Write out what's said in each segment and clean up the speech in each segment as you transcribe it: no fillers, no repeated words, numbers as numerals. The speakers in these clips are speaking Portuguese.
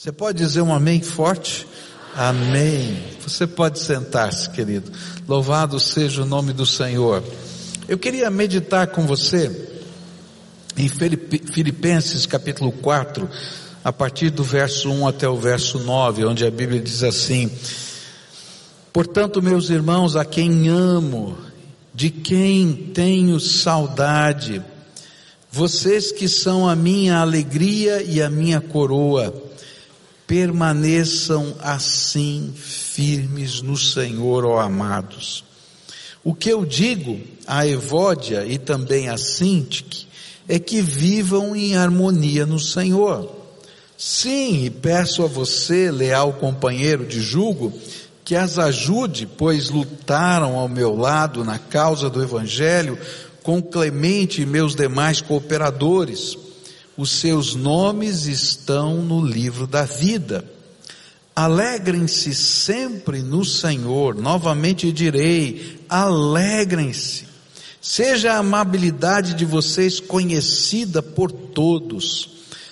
Você pode dizer um amém forte? Amém. Você pode sentar-se, querido. Louvado seja o nome do Senhor. Eu queria meditar com você em Filipenses capítulo 4, a partir do verso 1 até o verso 9, onde a Bíblia diz assim: portanto, meus irmãos, a quem amo, de quem tenho saudade, vocês que são a minha alegria e a minha coroa, permaneçam assim firmes no Senhor, ó amados. O que eu digo a Evódia e também a Sintique é que vivam em harmonia no Senhor. Sim, e peço a você, leal companheiro de jugo, que as ajude, pois lutaram ao meu lado na causa do Evangelho, com Clemente e meus demais cooperadores. Os seus nomes estão no livro da vida. Alegrem-se sempre no Senhor. Novamente direi, alegrem-se. Seja a amabilidade de vocês conhecida por todos.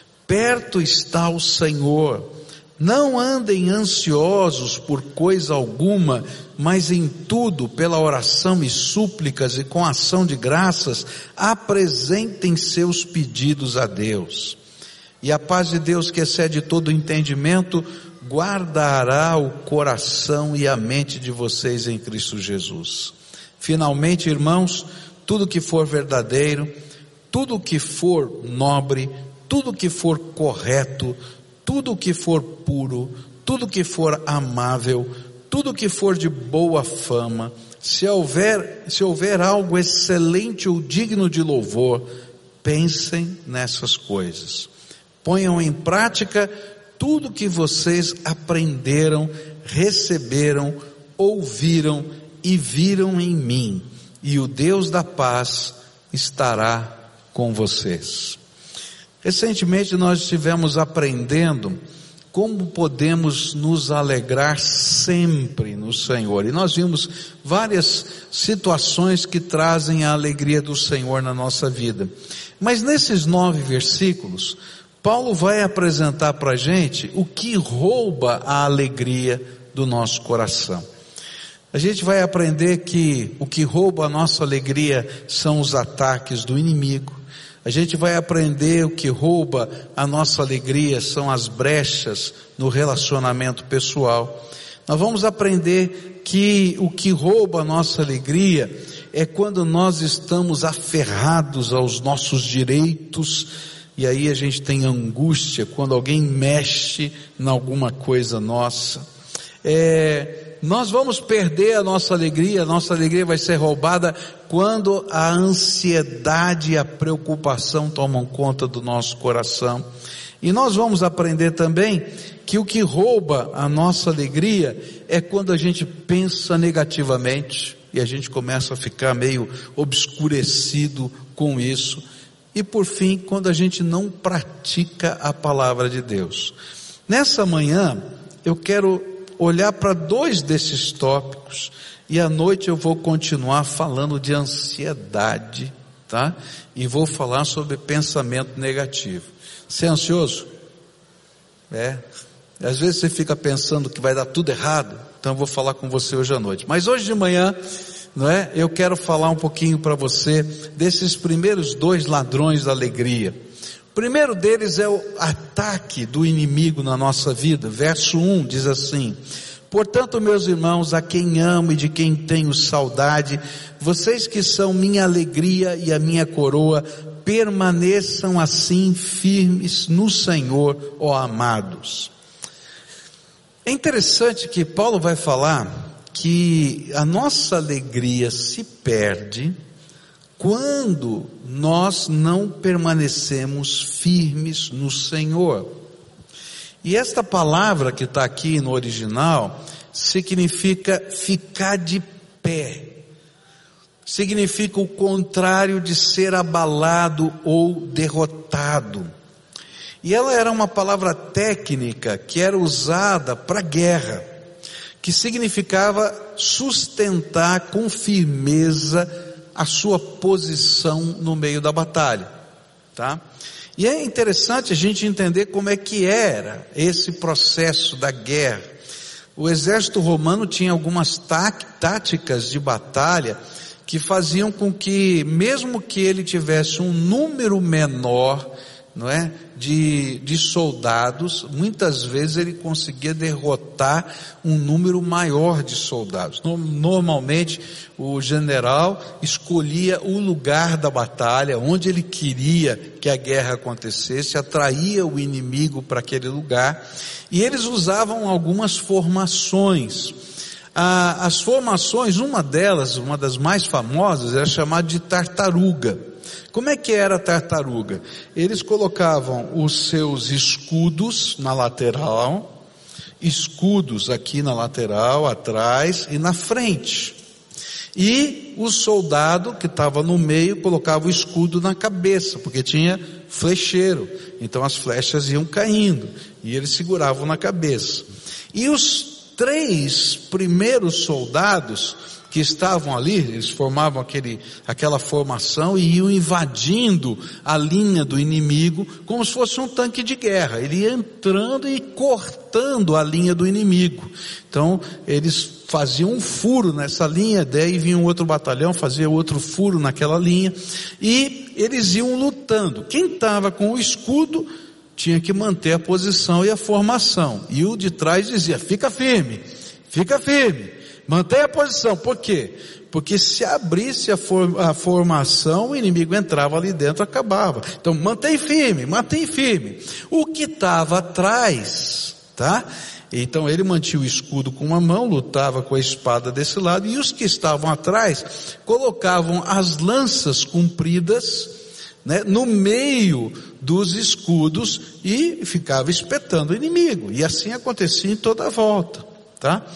Perto está o Senhor. Não andem ansiosos por coisa alguma, mas em tudo, pela oração e súplicas e com ação de graças, apresentem seus pedidos a Deus. E a paz de Deus, que excede todo entendimento, guardará o coração e a mente de vocês em Cristo Jesus. Finalmente, irmãos, tudo que for verdadeiro, tudo que for nobre, tudo que for correto, tudo que for puro, tudo que for amável, tudo que for de boa fama, se houver algo excelente ou digno de louvor, pensem nessas coisas. Ponham em prática tudo que vocês aprenderam, receberam, ouviram e viram em mim, e o Deus da paz estará com vocês. Recentemente nós estivemos aprendendo como podemos nos alegrar sempre no Senhor, e nós vimos várias situações que trazem a alegria do Senhor na nossa vida. Mas nesses 9 versículos, Paulo vai apresentar para a gente o que rouba a alegria do nosso coração. A gente vai aprender que o que rouba a nossa alegria são os ataques do inimigo. A gente vai aprender o que rouba a nossa alegria são as brechas no relacionamento pessoal. Nós vamos aprender que o que rouba a nossa alegria é quando nós estamos aferrados aos nossos direitos, e aí a gente tem angústia quando alguém mexe em alguma coisa nossa. Nós vamos perder a nossa alegria vai ser roubada quando a ansiedade e a preocupação tomam conta do nosso coração. E nós vamos aprender também que o que rouba a nossa alegria é quando a gente pensa negativamente e a gente começa a ficar meio obscurecido com isso. E por fim, quando a gente não pratica a palavra de Deus. Nessa manhã, eu quero olhar para 2 desses tópicos, e à noite eu vou continuar falando de ansiedade, tá? E vou falar sobre pensamento negativo. Você é ansioso? Às vezes você fica pensando que vai dar tudo errado, então eu vou falar com você hoje à noite. Mas hoje de manhã, eu quero falar um pouquinho para você desses primeiros 2 ladrões da alegria. O primeiro deles é o ataque do inimigo na nossa vida. Verso 1 diz assim: portanto, meus irmãos, a quem amo e de quem tenho saudade, vocês que são minha alegria e a minha coroa, permaneçam assim firmes no Senhor, ó amados. É interessante que Paulo vai falar que a nossa alegria se perde quando nós não permanecemos firmes no Senhor. E esta palavra que está aqui no original significa ficar de pé, significa o contrário de ser abalado ou derrotado. E ela era uma palavra técnica que era usada para guerra, que significava sustentar com firmeza a sua posição no meio da batalha, tá? E é interessante a gente entender como é que era esse processo da guerra. O exército romano tinha algumas táticas de batalha que faziam com que, mesmo que ele tivesse um número menor, não é, de soldados, muitas vezes ele conseguia derrotar um número maior de soldados. Normalmente o general escolhia o lugar da batalha, onde ele queria que a guerra acontecesse, atraía o inimigo para aquele lugar, e eles usavam algumas formações. As formações, uma das mais famosas, era chamada de tartaruga. Como é que era a tartaruga? Eles colocavam os seus escudos na lateral, escudos aqui na lateral, atrás e na frente. E o soldado que estava no meio colocava o escudo na cabeça, porque tinha flecheiro. Então as flechas iam caindo e eles seguravam na cabeça. E os 3 primeiros soldados que estavam ali, eles formavam aquela formação e iam invadindo a linha do inimigo como se fosse um tanque de guerra. Ele ia entrando e cortando a linha do inimigo. Então eles faziam um furo nessa linha, daí vinha um outro batalhão, fazia outro furo naquela linha, e eles iam lutando. Quem estava com o escudo tinha que manter a posição e a formação, e o de trás dizia: fica firme, mantenha a posição. Por quê? Porque se abrisse a formação, o inimigo entrava ali dentro, acabava. Então mantém firme. O que estava atrás, tá? Então ele mantinha o escudo com uma mão, lutava com a espada desse lado, e os que estavam atrás colocavam as lanças compridas, né, no meio dos escudos e ficava espetando o inimigo. E assim acontecia em toda a volta, tá?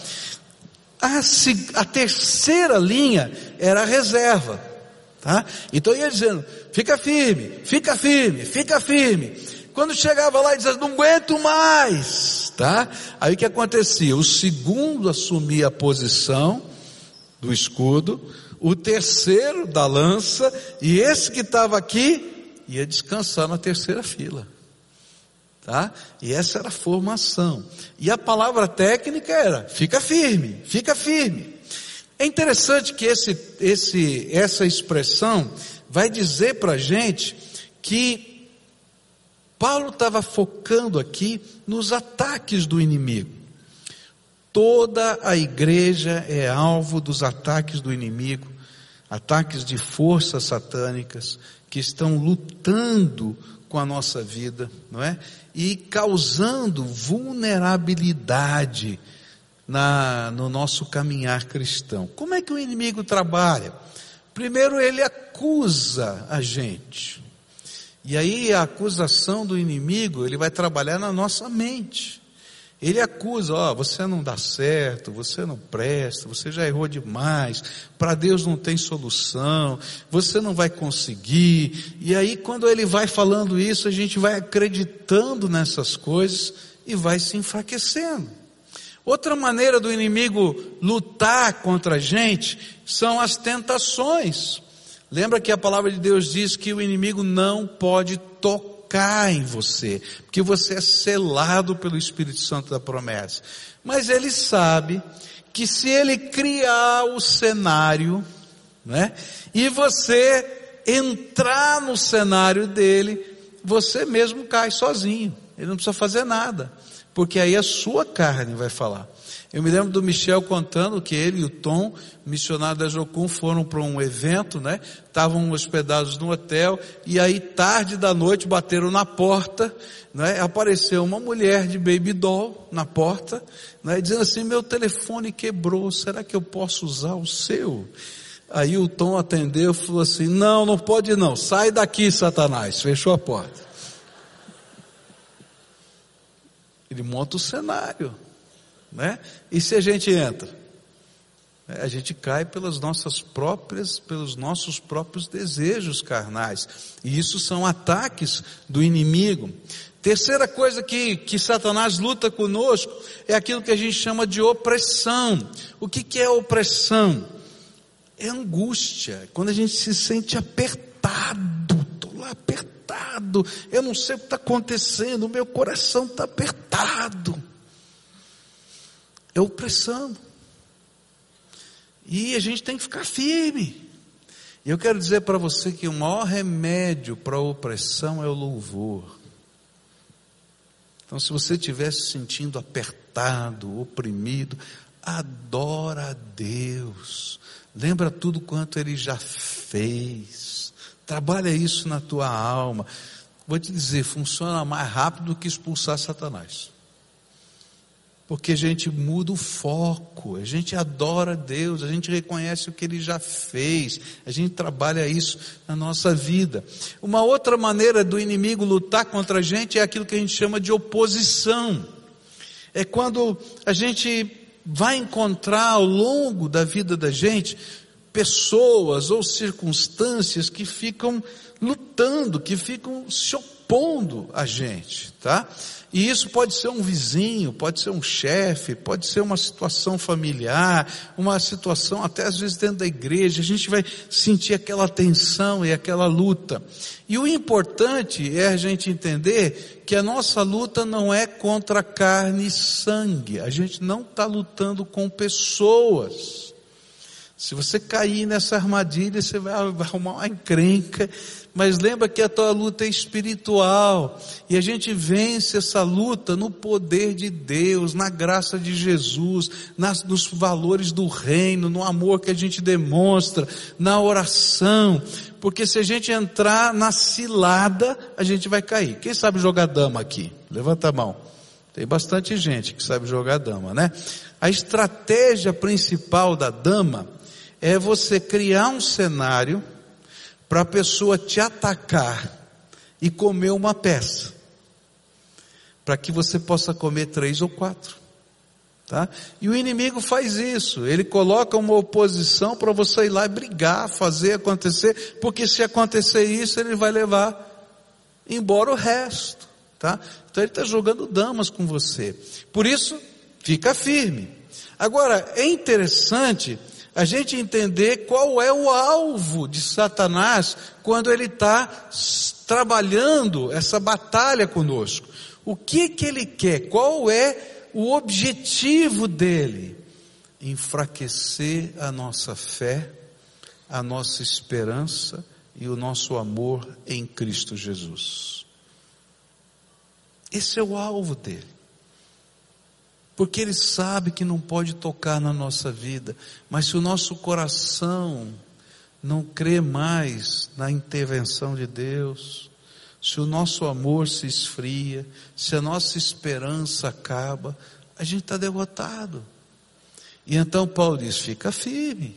A terceira linha era a reserva, tá? Então ia dizendo: fica firme. Quando chegava lá e dizia: não aguento mais, tá? Aí o que acontecia? O segundo assumia a posição do escudo, o terceiro da lança, e esse que estava aqui ia descansar na terceira fila. Tá? E essa era a formação. E a palavra técnica era: fica firme. É interessante que essa expressão vai dizer para a gente que Paulo estava focando aqui nos ataques do inimigo. Toda a igreja é alvo dos ataques do inimigo, ataques de forças satânicas que estão lutando com a nossa vida, não é? E causando vulnerabilidade no nosso caminhar cristão. Como é que o inimigo trabalha? Primeiro, ele acusa a gente. E aí a acusação do inimigo, ele vai trabalhar na nossa mente. Ele acusa: você não dá certo, você não presta, você já errou demais, para Deus não tem solução, você não vai conseguir. E aí quando ele vai falando isso, a gente vai acreditando nessas coisas e vai se enfraquecendo. Outra maneira do inimigo lutar contra a gente são as tentações. Lembra que a palavra de Deus diz que o inimigo não pode tocar em você, porque você é selado pelo Espírito Santo da promessa. Mas ele sabe que se ele criar o cenário, né, e você entrar no cenário dele, você mesmo cai sozinho. Ele não precisa fazer nada, porque aí a sua carne vai falar. Eu me lembro do Michel contando que ele e o Tom, missionário da Jocum, foram para um evento, né? Estavam hospedados no hotel, e aí tarde da noite bateram na porta, né? Apareceu uma mulher de baby doll na porta, né? Dizendo assim: meu telefone quebrou, será que eu posso usar o seu? Aí o Tom atendeu e falou assim: não pode não, sai daqui, Satanás. Fechou a porta. Ele monta o cenário, né? E se a gente entra? A gente cai pelos nossos próprios desejos carnais. E isso são ataques do inimigo. Terceira coisa que Satanás luta conosco é aquilo que a gente chama de opressão. O que é opressão? É angústia. Quando a gente se sente apertado, estou lá apertado, apertado, eu não sei o que está acontecendo, o meu coração está apertado. É opressão. E a gente tem que ficar firme. E eu quero dizer para você que o maior remédio para a opressão é o louvor. Então, se você estiver se sentindo apertado, oprimido, adora a Deus. Lembra tudo quanto Ele já fez. Trabalha isso na tua alma. Vou te dizer, funciona mais rápido do que expulsar Satanás. Porque a gente muda o foco, a gente adora Deus, a gente reconhece o que Ele já fez, a gente trabalha isso na nossa vida. Uma outra maneira do inimigo lutar contra a gente é aquilo que a gente chama de oposição. É quando a gente vai encontrar ao longo da vida da gente pessoas ou circunstâncias que ficam lutando, que ficam se opondo a gente, tá? E isso pode ser um vizinho, pode ser um chefe, pode ser uma situação familiar, uma situação até às vezes dentro da igreja. A gente vai sentir aquela tensão e aquela luta. E o importante é a gente entender que a nossa luta não é contra carne e sangue. A gente não está lutando com pessoas. Se você cair nessa armadilha, você vai arrumar uma encrenca. Mas lembra que a tua luta é espiritual, e a gente vence essa luta no poder de Deus, na graça de Jesus, nos valores do reino, no amor que a gente demonstra, na oração, porque se a gente entrar na cilada, a gente vai cair. Quem sabe jogar dama aqui? Levanta a mão. Tem bastante gente que sabe jogar dama, né? A estratégia principal da dama é você criar um cenário para a pessoa te atacar e comer uma peça, para que você possa comer 3 ou 4, tá? E o inimigo faz isso, ele coloca uma oposição para você ir lá e brigar, fazer acontecer, porque se acontecer isso, ele vai levar embora o resto, tá? Então ele está jogando damas com você, por isso, fica firme. Agora, é interessante a gente entender qual é o alvo de Satanás quando ele está trabalhando essa batalha conosco. O que ele quer? Qual é o objetivo dele? Enfraquecer a nossa fé, a nossa esperança e o nosso amor em Cristo Jesus. Esse é o alvo dele. Porque ele sabe que não pode tocar na nossa vida, mas se o nosso coração não crê mais na intervenção de Deus, se o nosso amor se esfria, se a nossa esperança acaba, a gente está derrotado. E então Paulo diz, fica firme.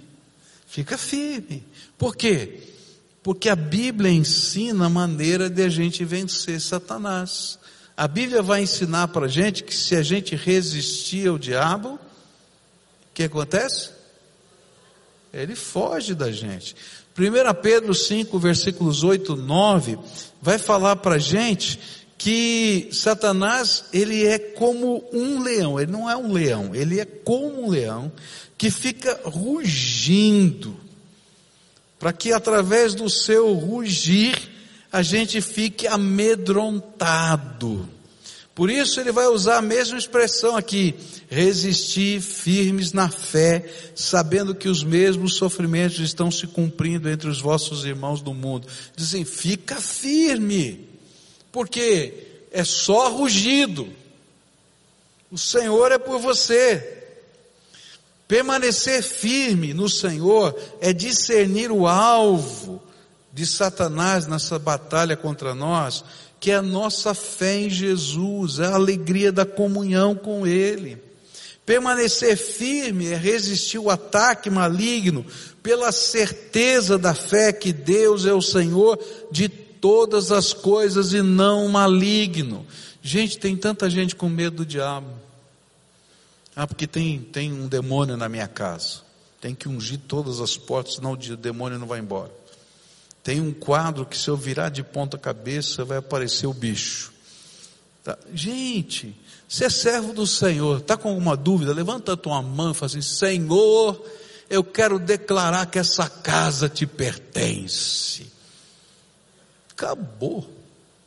Por quê? Porque a Bíblia ensina a maneira de a gente vencer Satanás. A Bíblia vai ensinar para a gente que se a gente resistir ao diabo, o que acontece? Ele foge da gente. 1 Pedro 5, versículos 8, 9, vai falar para a gente que Satanás, ele é como um leão. Ele não é um leão, ele é como um leão que fica rugindo, para que através do seu rugir a gente fique amedrontado. Por isso ele vai usar a mesma expressão aqui, resistir firmes na fé, sabendo que os mesmos sofrimentos estão se cumprindo entre os vossos irmãos do mundo. Dizem, fica firme, porque é só rugido, o Senhor é por você. Permanecer firme no Senhor é discernir o alvo de Satanás nessa batalha contra nós, que é a nossa fé em Jesus, é a alegria da comunhão com Ele. Permanecer firme é resistir o ataque maligno, pela certeza da fé que Deus é o Senhor de todas as coisas e não maligno. Gente, tem tanta gente com medo do diabo. Porque tem um demônio na minha casa. Tem que ungir todas as portas, senão o demônio não vai embora. Tem um quadro que se eu virar de ponta cabeça vai aparecer o bicho. Tá? Gente, você é servo do Senhor, está com alguma dúvida? Levanta a tua mão e fala assim, Senhor, eu quero declarar que essa casa te pertence. Acabou.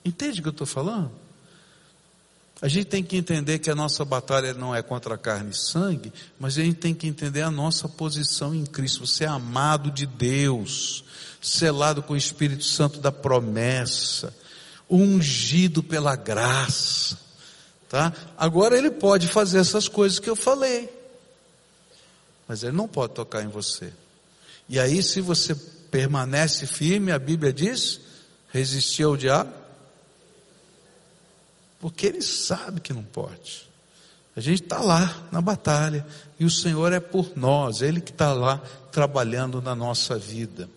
Entende o que eu estou falando? A gente tem que entender que a nossa batalha não é contra carne e sangue, mas a gente tem que entender a nossa posição em Cristo. Você é amado de Deus, selado com o Espírito Santo da promessa, ungido pela graça, tá? Agora ele pode fazer essas coisas que eu falei, mas ele não pode tocar em você. E aí, se você permanece firme, a Bíblia diz, resistir ao diabo, porque ele sabe que não pode. A gente está lá na batalha, e o Senhor é por nós, Ele que está lá trabalhando na nossa vida.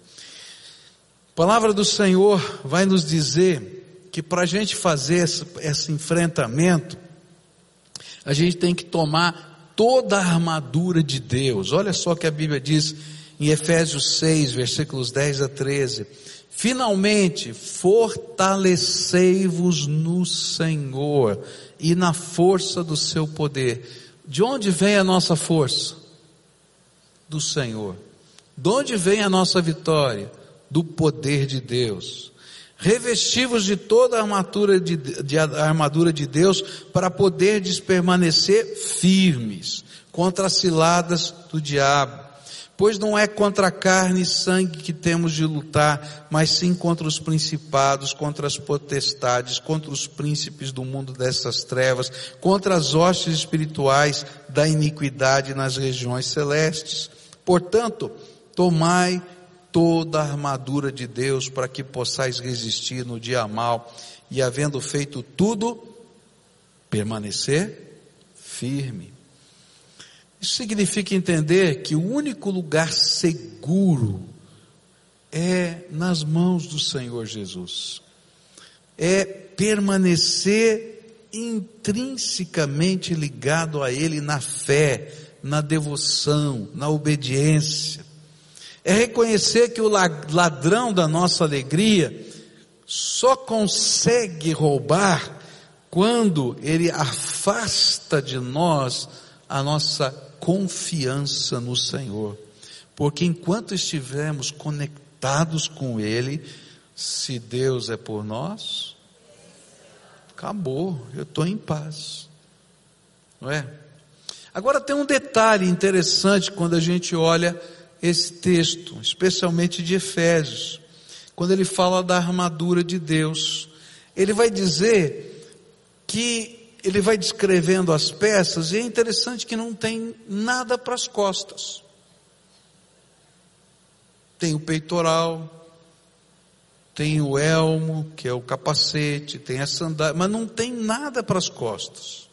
A palavra do Senhor vai nos dizer que para a gente fazer esse enfrentamento, a gente tem que tomar toda a armadura de Deus. Olha só o que a Bíblia diz em Efésios 6, versículos 10 a 13. Finalmente, fortalecei-vos no Senhor e na força do seu poder. De onde vem a nossa força? Do Senhor. De onde vem a nossa vitória? Do poder de Deus. Revesti-vos de toda a armadura de Deus para poderdes permanecer firmes contra as ciladas do diabo. Pois não é contra carne e sangue que temos de lutar, mas sim contra os principados, contra as potestades, contra os príncipes do mundo dessas trevas, contra as hostes espirituais da iniquidade nas regiões celestes. Portanto, tomai toda a armadura de Deus para que possais resistir no dia mau e, havendo feito tudo, permanecer firme. Isso significa entender que o único lugar seguro é nas mãos do Senhor Jesus. É permanecer intrinsecamente ligado a Ele na fé, na devoção, na obediência. É reconhecer que o ladrão da nossa alegria só consegue roubar quando ele afasta de nós a nossa confiança no Senhor, porque enquanto estivermos conectados com Ele, se Deus é por nós, acabou, eu estou em paz, não é? Agora tem um detalhe interessante quando a gente olha esse texto, especialmente de Efésios, quando ele fala da armadura de Deus, ele vai dizer que ele vai descrevendo as peças, e é interessante que não tem nada para as costas. Tem o peitoral, tem o elmo, que é o capacete, tem a sandália, mas não tem nada para as costas.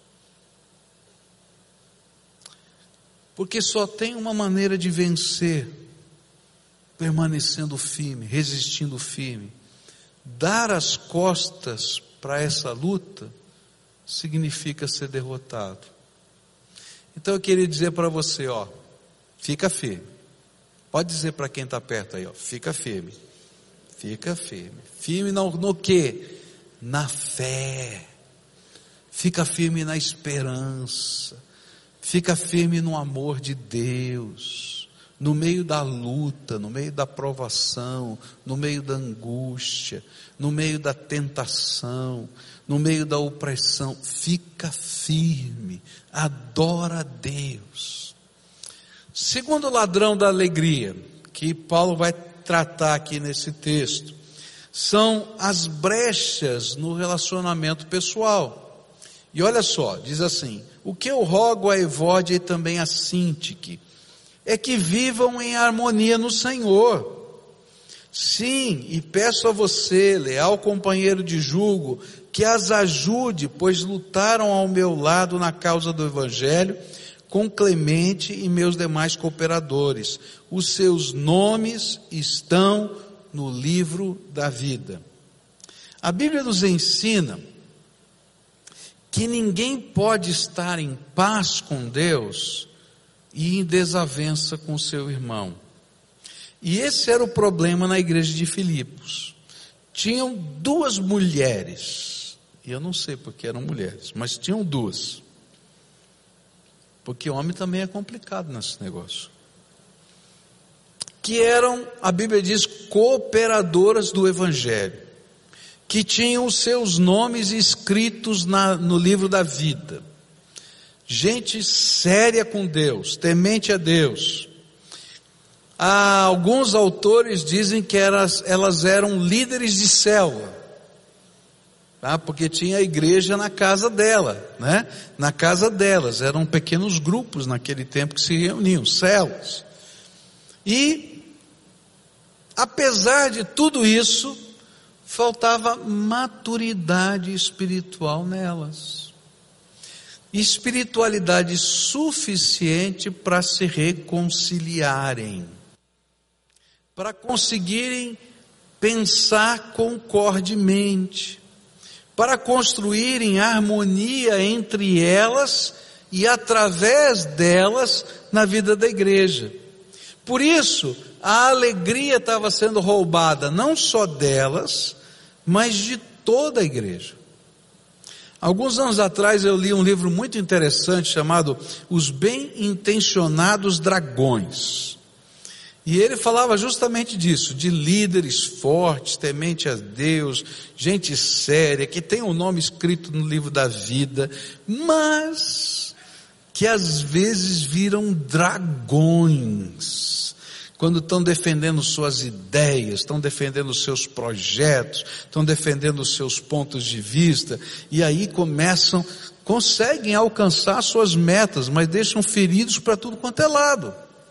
Porque só tem uma maneira de vencer, permanecendo firme, resistindo firme. Dar as costas para essa luta significa ser derrotado. Então eu queria dizer para você, fica firme. Pode dizer para quem está perto aí, fica firme. Fica firme. Firme no quê? Na fé. Fica firme na esperança. Fica firme no amor de Deus. No meio da luta, no meio da provação, no meio da angústia, no meio da tentação, no meio da opressão, fica firme, adora a Deus. Segundo ladrão da alegria, que Paulo vai tratar aqui nesse texto, são as brechas no relacionamento pessoal. E olha só, diz assim: o que eu rogo a Evódia e também a Sintique é que vivam em harmonia no Senhor. Sim, e peço a você, leal companheiro de jugo, que as ajude, pois lutaram ao meu lado na causa do Evangelho, com Clemente e meus demais cooperadores. Os seus nomes estão no livro da vida. A Bíblia nos ensina que ninguém pode estar em paz com Deus e em desavença com seu irmão. E esse era o problema na igreja de Filipos. Tinham duas mulheres, e eu não sei porque eram mulheres, mas tinham duas. Porque homem também é complicado nesse negócio. Que eram, a Bíblia diz, cooperadoras do Evangelho. que tinham os seus nomes escritos no livro da vida. Gente séria com Deus, temente a Deus. Alguns autores dizem que elas eram líderes de célula, tá? Porque tinha a igreja na casa dela, né? Na casa delas, eram pequenos grupos naquele tempo que se reuniam, células. E, apesar de tudo isso, faltava maturidade espiritual nelas. Espiritualidade suficiente para se reconciliarem, para conseguirem pensar concordemente, para construírem harmonia entre elas e através delas na vida da igreja. Por isso, a alegria estava sendo roubada não só delas, mas de toda a igreja. Alguns anos atrás eu li um livro muito interessante chamado Os Bem-Intencionados Dragões. E ele falava justamente disso, de líderes fortes, temente a Deus, gente séria, que tem o nome escrito no livro da vida, mas que às vezes viram dragões, quando estão defendendo suas ideias, estão defendendo os seus projetos, estão defendendo os seus pontos de vista, e aí conseguem alcançar suas metas, mas deixam feridos para tudo quanto é lado.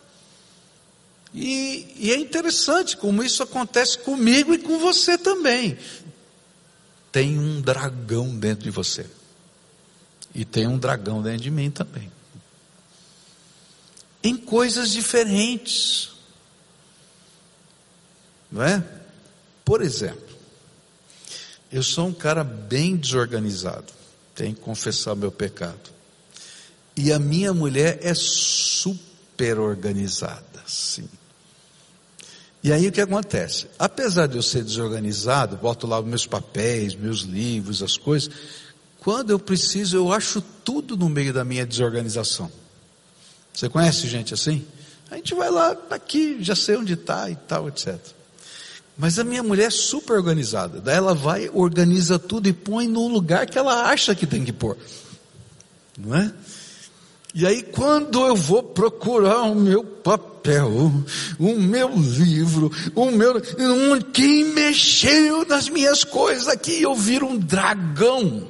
E é interessante como isso acontece comigo e com você também. Tem um dragão dentro de você, e tem um dragão dentro de mim também, em coisas diferentes. Não é? Por exemplo, eu sou um cara bem desorganizado, tenho que confessar meu pecado, e a minha mulher é super organizada, sim. E aí o que acontece? Apesar de eu ser desorganizado, boto lá os meus papéis, meus livros, as coisas, quando eu preciso, eu acho tudo no meio da minha desorganização. Você conhece gente assim? A gente vai lá, aqui, já sei onde está e tal, etc. Mas a minha mulher é super organizada. Daí ela vai, organiza tudo e põe no lugar que ela acha que tem que pôr. Não é? E aí quando eu vou procurar o meu papel, o meu livro, quem mexeu nas minhas coisas aqui, eu viro um dragão.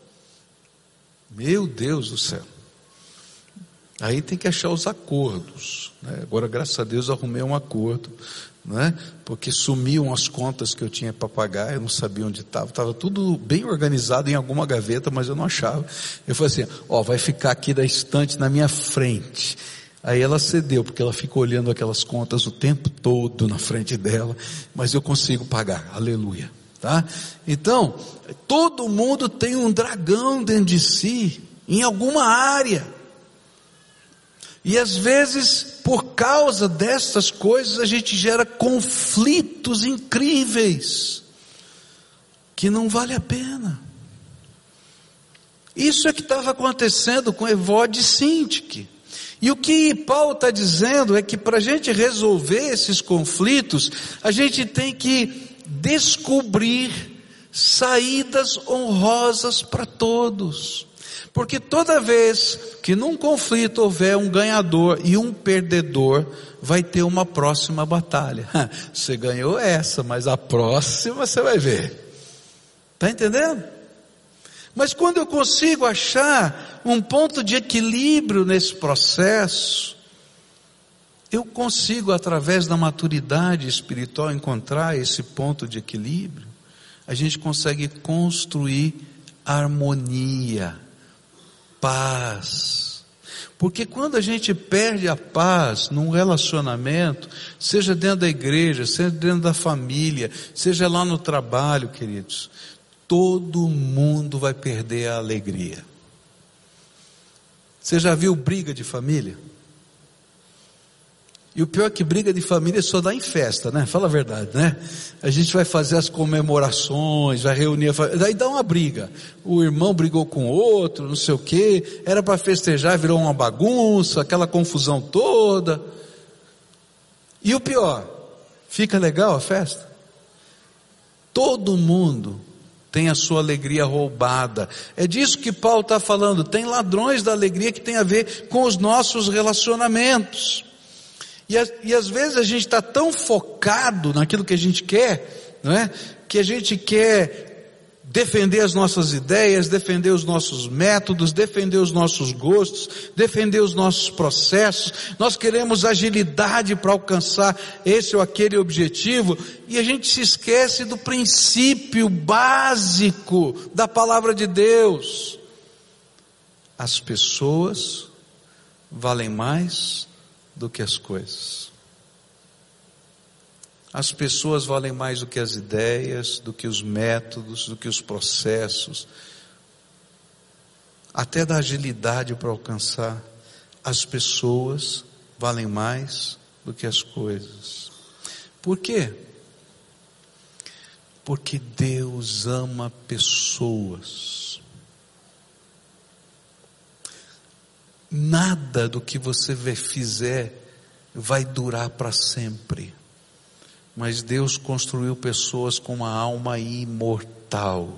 Meu Deus do céu. Aí tem que achar os acordos, né? Agora, graças a Deus, arrumei um acordo, né? Porque sumiam as contas que eu tinha para pagar, eu não sabia onde estava tudo bem organizado em alguma gaveta, mas eu não achava. Eu falei assim, vai ficar aqui da estante na minha frente. Aí ela cedeu, porque ela fica olhando aquelas contas o tempo todo na frente dela, mas eu consigo pagar, aleluia, tá? Então, todo mundo tem um dragão dentro de si, em alguma área. E às vezes, por causa dessas coisas, a gente gera conflitos incríveis, que não vale a pena. Isso é que estava acontecendo com Evode e Sintique. E o que Paulo está dizendo é que para a gente resolver esses conflitos, a gente tem que descobrir saídas honrosas para todos. Porque toda vez que num conflito houver um ganhador e um perdedor, vai ter uma próxima batalha. Você ganhou essa, mas a próxima você vai ver. Está entendendo? Mas quando eu consigo achar um ponto de equilíbrio nesse processo, eu consigo, através da maturidade espiritual, encontrar esse ponto de equilíbrio. A gente consegue construir harmonia, paz. Porque quando a gente perde a paz num relacionamento, seja dentro da igreja, seja dentro da família, seja lá no trabalho, queridos, todo mundo vai perder a alegria. Você já viu briga de família? E o pior é que briga de família só dá em festa, né? Fala a verdade, né? A gente vai fazer as comemorações, vai reunir a família, daí dá uma briga. O irmão brigou com o outro, não sei o quê, era para festejar, virou uma bagunça, aquela confusão toda. E o pior, fica legal a festa? Todo mundo tem a sua alegria roubada. É disso que Paulo está falando. Tem ladrões da alegria que tem a ver com os nossos relacionamentos. E às vezes a gente está tão focado naquilo que a gente quer, não é? Que a gente quer defender as nossas ideias, defender os nossos métodos, defender os nossos gostos, defender os nossos processos. Nós queremos agilidade para alcançar esse ou aquele objetivo, e a gente se esquece do princípio básico da palavra de Deus. As pessoas valem mais do que as coisas. As pessoas valem mais do que as ideias, do que os métodos, do que os processos, até da agilidade para alcançar. As pessoas valem mais do que as coisas. Por quê? Porque Deus ama pessoas. Nada do que você fizer vai durar para sempre. Mas Deus construiu pessoas com uma alma imortal.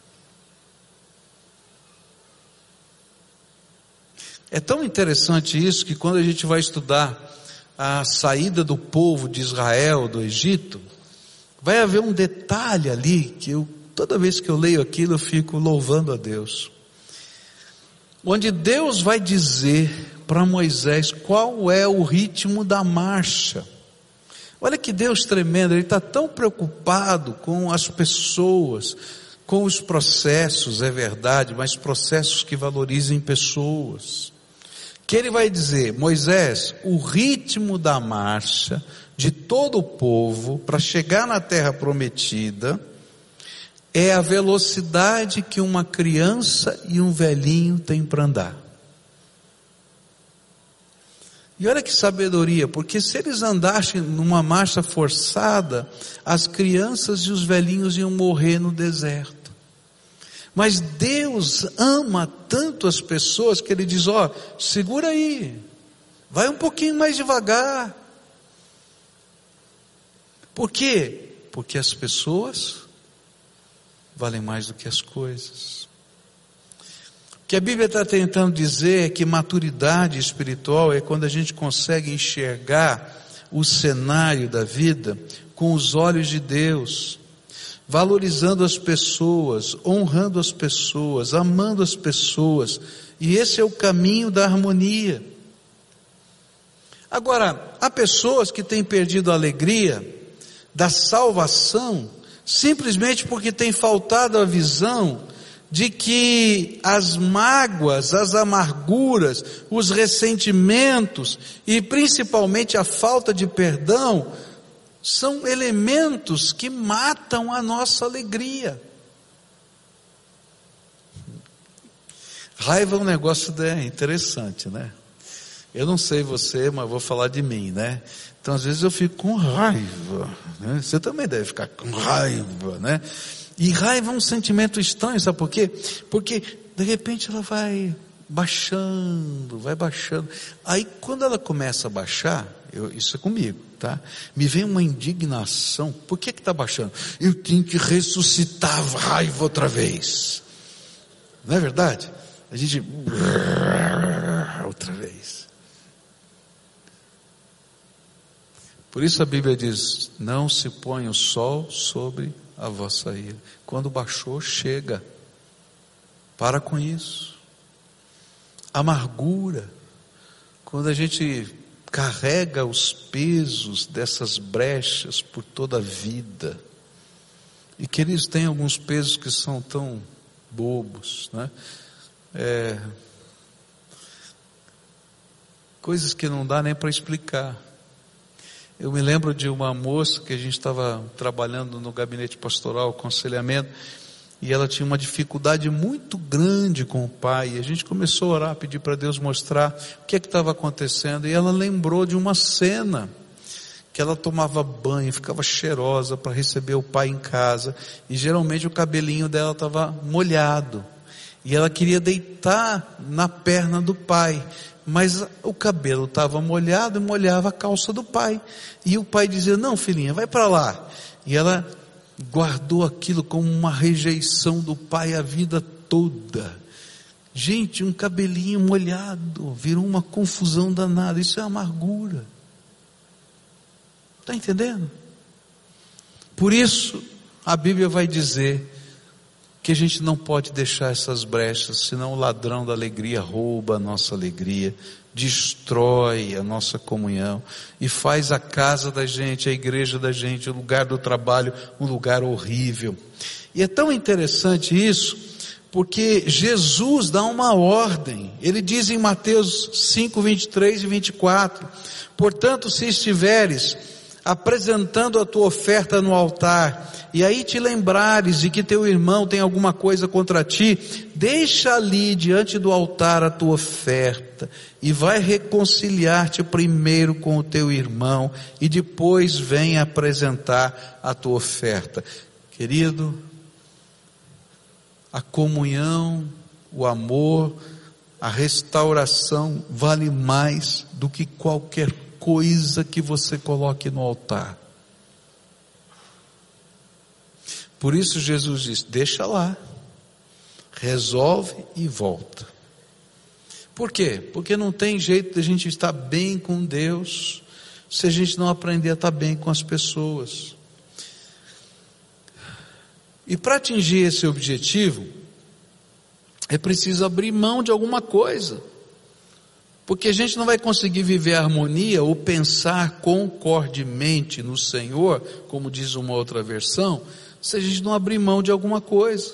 É tão interessante isso que quando a gente vai estudar a saída do povo de Israel do Egito, vai haver um detalhe ali que toda vez que eu leio aquilo eu fico louvando a Deus. Onde Deus vai dizer para Moisés qual é o ritmo da marcha. Olha que Deus tremendo, Ele está tão preocupado com as pessoas, com os processos, é verdade, mas processos que valorizem pessoas. Que Ele vai dizer: Moisés, o ritmo da marcha de todo o povo para chegar na terra prometida é a velocidade que uma criança e um velhinho têm para andar. E olha que sabedoria, porque se eles andassem numa marcha forçada, as crianças e os velhinhos iam morrer no deserto. Mas Deus ama tanto as pessoas que Ele diz: ó, segura aí, vai um pouquinho mais devagar. Por quê? Porque as pessoas valem mais do que as coisas. O que a Bíblia está tentando dizer é que maturidade espiritual é quando a gente consegue enxergar o cenário da vida com os olhos de Deus, valorizando as pessoas, honrando as pessoas, amando as pessoas, e esse é o caminho da harmonia. Agora, há pessoas que têm perdido a alegria da salvação simplesmente porque tem faltado a visão de que as mágoas, as amarguras, os ressentimentos e principalmente a falta de perdão são elementos que matam a nossa alegria. Raiva é um negócio interessante, né? Eu não sei você, mas vou falar de mim, né? Então às vezes eu fico com raiva, né? Você também deve ficar com raiva, né? E raiva é um sentimento estranho, sabe por quê? Porque de repente ela vai baixando. Aí quando ela começa a baixar, isso é comigo, tá? Me vem uma indignação. Por que está baixando? Eu tenho que ressuscitar a raiva outra vez. Não é verdade? A gente outra vez. Por isso a Bíblia diz: não se põe o sol sobre a vossa ira. Quando baixou, chega. Para com isso. Amargura. Quando a gente carrega os pesos dessas brechas por toda a vida. E que eles têm alguns pesos que são tão bobos, né? Coisas que não dá nem para explicar. Eu me lembro de uma moça que a gente estava trabalhando no gabinete pastoral, aconselhamento, e ela tinha uma dificuldade muito grande com o pai, e a gente começou a orar, pedir para Deus mostrar o que estava acontecendo, e ela lembrou de uma cena, que ela tomava banho, ficava cheirosa para receber o pai em casa, e geralmente o cabelinho dela estava molhado, e ela queria deitar na perna do pai, mas o cabelo estava molhado e molhava a calça do pai. E o pai dizia: não, filhinha, vai para lá. E ela guardou aquilo como uma rejeição do pai a vida toda. Gente, um cabelinho molhado virou uma confusão danada. Isso é amargura. Está entendendo? Por isso a Bíblia vai dizer que a gente não pode deixar essas brechas, senão o ladrão da alegria rouba a nossa alegria, destrói a nossa comunhão e faz a casa da gente, a igreja da gente, o lugar do trabalho, um lugar horrível. E é tão interessante isso, porque Jesus dá uma ordem. Ele diz em Mateus 5, 23 e 24, portanto, se estiveres apresentando a tua oferta no altar, e aí te lembrares de que teu irmão tem alguma coisa contra ti, deixa ali diante do altar a tua oferta, e vai reconciliar-te primeiro com o teu irmão, e depois vem apresentar a tua oferta. Querido, a comunhão, o amor, a restauração vale mais do que qualquer coisa que você coloque no altar. Por isso Jesus diz, deixa lá, resolve e volta. Por quê? Porque não tem jeito de a gente estar bem com Deus, se a gente não aprender a estar bem com as pessoas. E para atingir esse objetivo, é preciso abrir mão de alguma coisa. Porque a gente não vai conseguir viver a harmonia ou pensar concordemente no Senhor, como diz uma outra versão, se a gente não abrir mão de alguma coisa.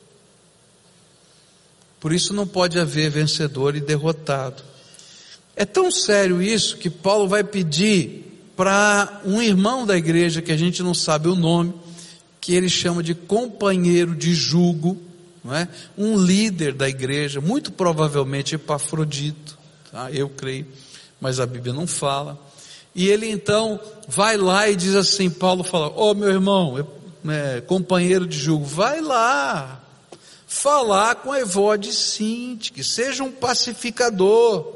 Por isso não pode haver vencedor e derrotado. É tão sério isso que Paulo vai pedir para um irmão da igreja, que a gente não sabe o nome, que ele chama de companheiro de jugo, não é? Um líder da igreja, muito provavelmente Epafrodito, tá? Eu creio, mas a Bíblia não fala. E ele então vai lá e diz assim, Paulo fala, meu irmão, companheiro de jugo, vai lá falar com Evódia e Sintique, seja um pacificador.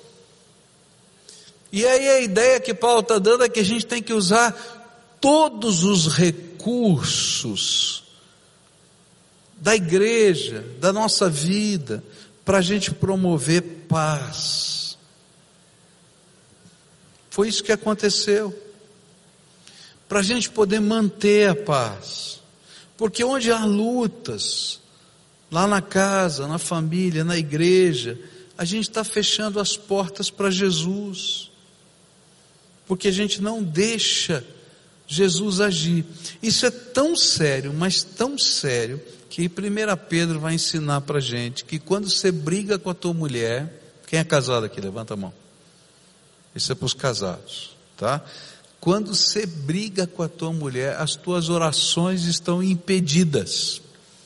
E aí a ideia que Paulo está dando é que a gente tem que usar todos os recursos da igreja, da nossa vida, para a gente promover paz. Foi isso que aconteceu. Para a gente poder manter a paz. Porque onde há lutas, lá na casa, na família, na igreja, a gente está fechando as portas para Jesus. Porque a gente não deixa Jesus agir. Isso é tão sério, mas tão sério, que 1 Pedro vai ensinar para a gente que quando você briga com a tua mulher, quem é casado aqui? Levanta a mão. Isso é para os casados, tá? Quando você briga com a tua mulher, as tuas orações estão impedidas.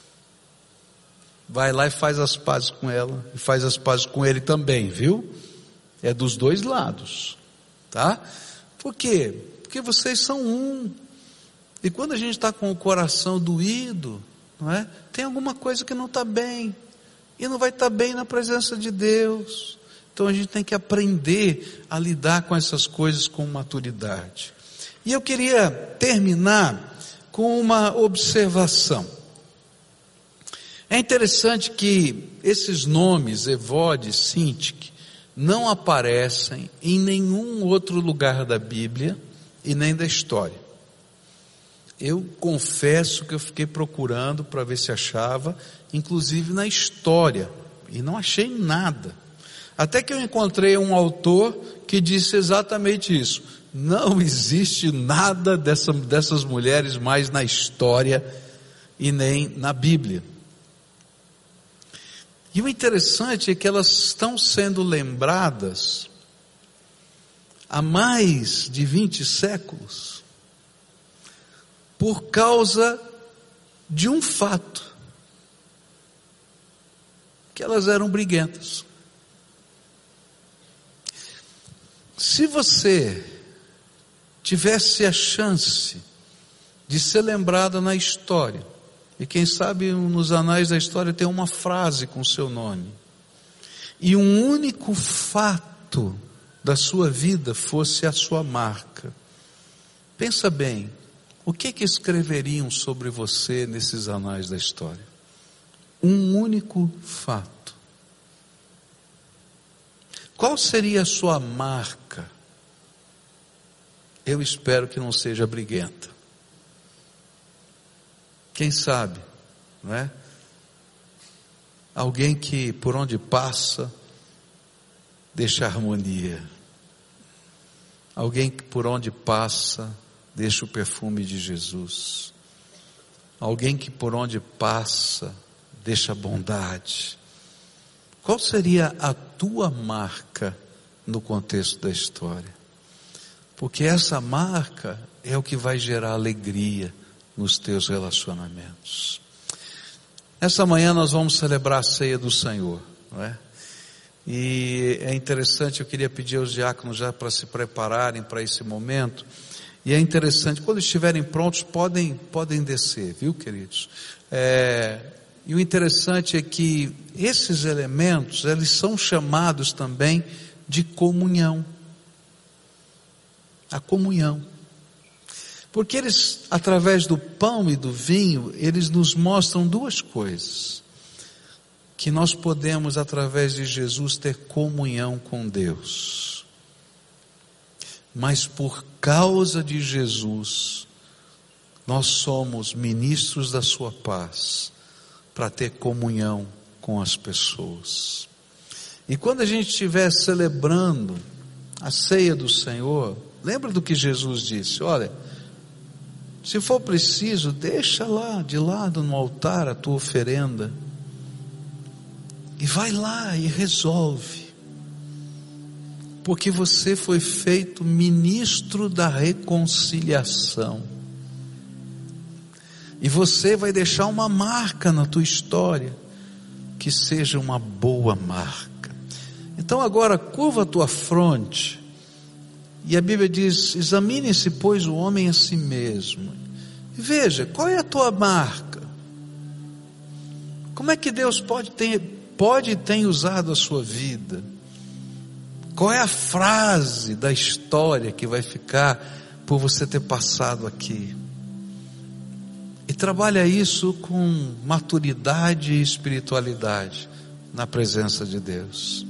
Vai lá e faz as pazes com ela, e faz as pazes com ele também, viu? É dos dois lados, tá? Por quê? Porque vocês são um. E quando a gente está com o coração doído, não é? Tem alguma coisa que não está bem, e não vai estar bem na presença de Deus. Então a gente tem que aprender a lidar com essas coisas com maturidade. E eu queria terminar com uma observação. É interessante que esses nomes, Evódia e Sintique, não aparecem em nenhum outro lugar da Bíblia e nem da história. Eu confesso que eu fiquei procurando para ver se achava, inclusive na história, e não achei nada. Até que eu encontrei um autor que disse exatamente isso. Não existe nada dessas mulheres mais na história e nem na Bíblia. E o interessante é que elas estão sendo lembradas há mais de 20 séculos por causa de um fato, que elas eram briguentas. Se você tivesse a chance de ser lembrada na história, e quem sabe nos anais da história tem uma frase com seu nome, e um único fato da sua vida fosse a sua marca, pensa bem, o que escreveriam sobre você nesses anais da história? Um único fato. Qual seria a sua marca? Eu espero que não seja briguenta. Quem sabe, não é? Alguém que por onde passa deixa harmonia. Alguém que por onde passa deixa o perfume de Jesus. Alguém que por onde passa deixa bondade. Qual seria a tua marca no contexto da história? Porque essa marca é o que vai gerar alegria nos teus relacionamentos. Essa manhã nós vamos celebrar a ceia do Senhor, não é? E é interessante, eu queria pedir aos diáconos já para se prepararem para esse momento. E é interessante, quando estiverem prontos, podem descer, viu, queridos? E o interessante é que esses elementos, eles são chamados também de comunhão. A comunhão. Porque eles, através do pão e do vinho, eles nos mostram duas coisas. Que nós podemos, através de Jesus, ter comunhão com Deus. Mas por causa de Jesus, nós somos ministros da sua paz, para ter comunhão com as pessoas. E quando a gente estiver celebrando a ceia do Senhor, lembra do que Jesus disse? Olha, se for preciso, deixa lá de lado no altar a tua oferenda, e vai lá e resolve, porque você foi feito ministro da reconciliação, e você vai deixar uma marca na tua história, que seja uma boa marca. Então agora curva a tua fronte, e a Bíblia diz, examine-se pois o homem a si mesmo, e veja, qual é a tua marca? Como é que Deus pode e tem usado a sua vida? Qual é a frase da história que vai ficar por você ter passado aqui? E trabalha isso com maturidade e espiritualidade na presença de Deus.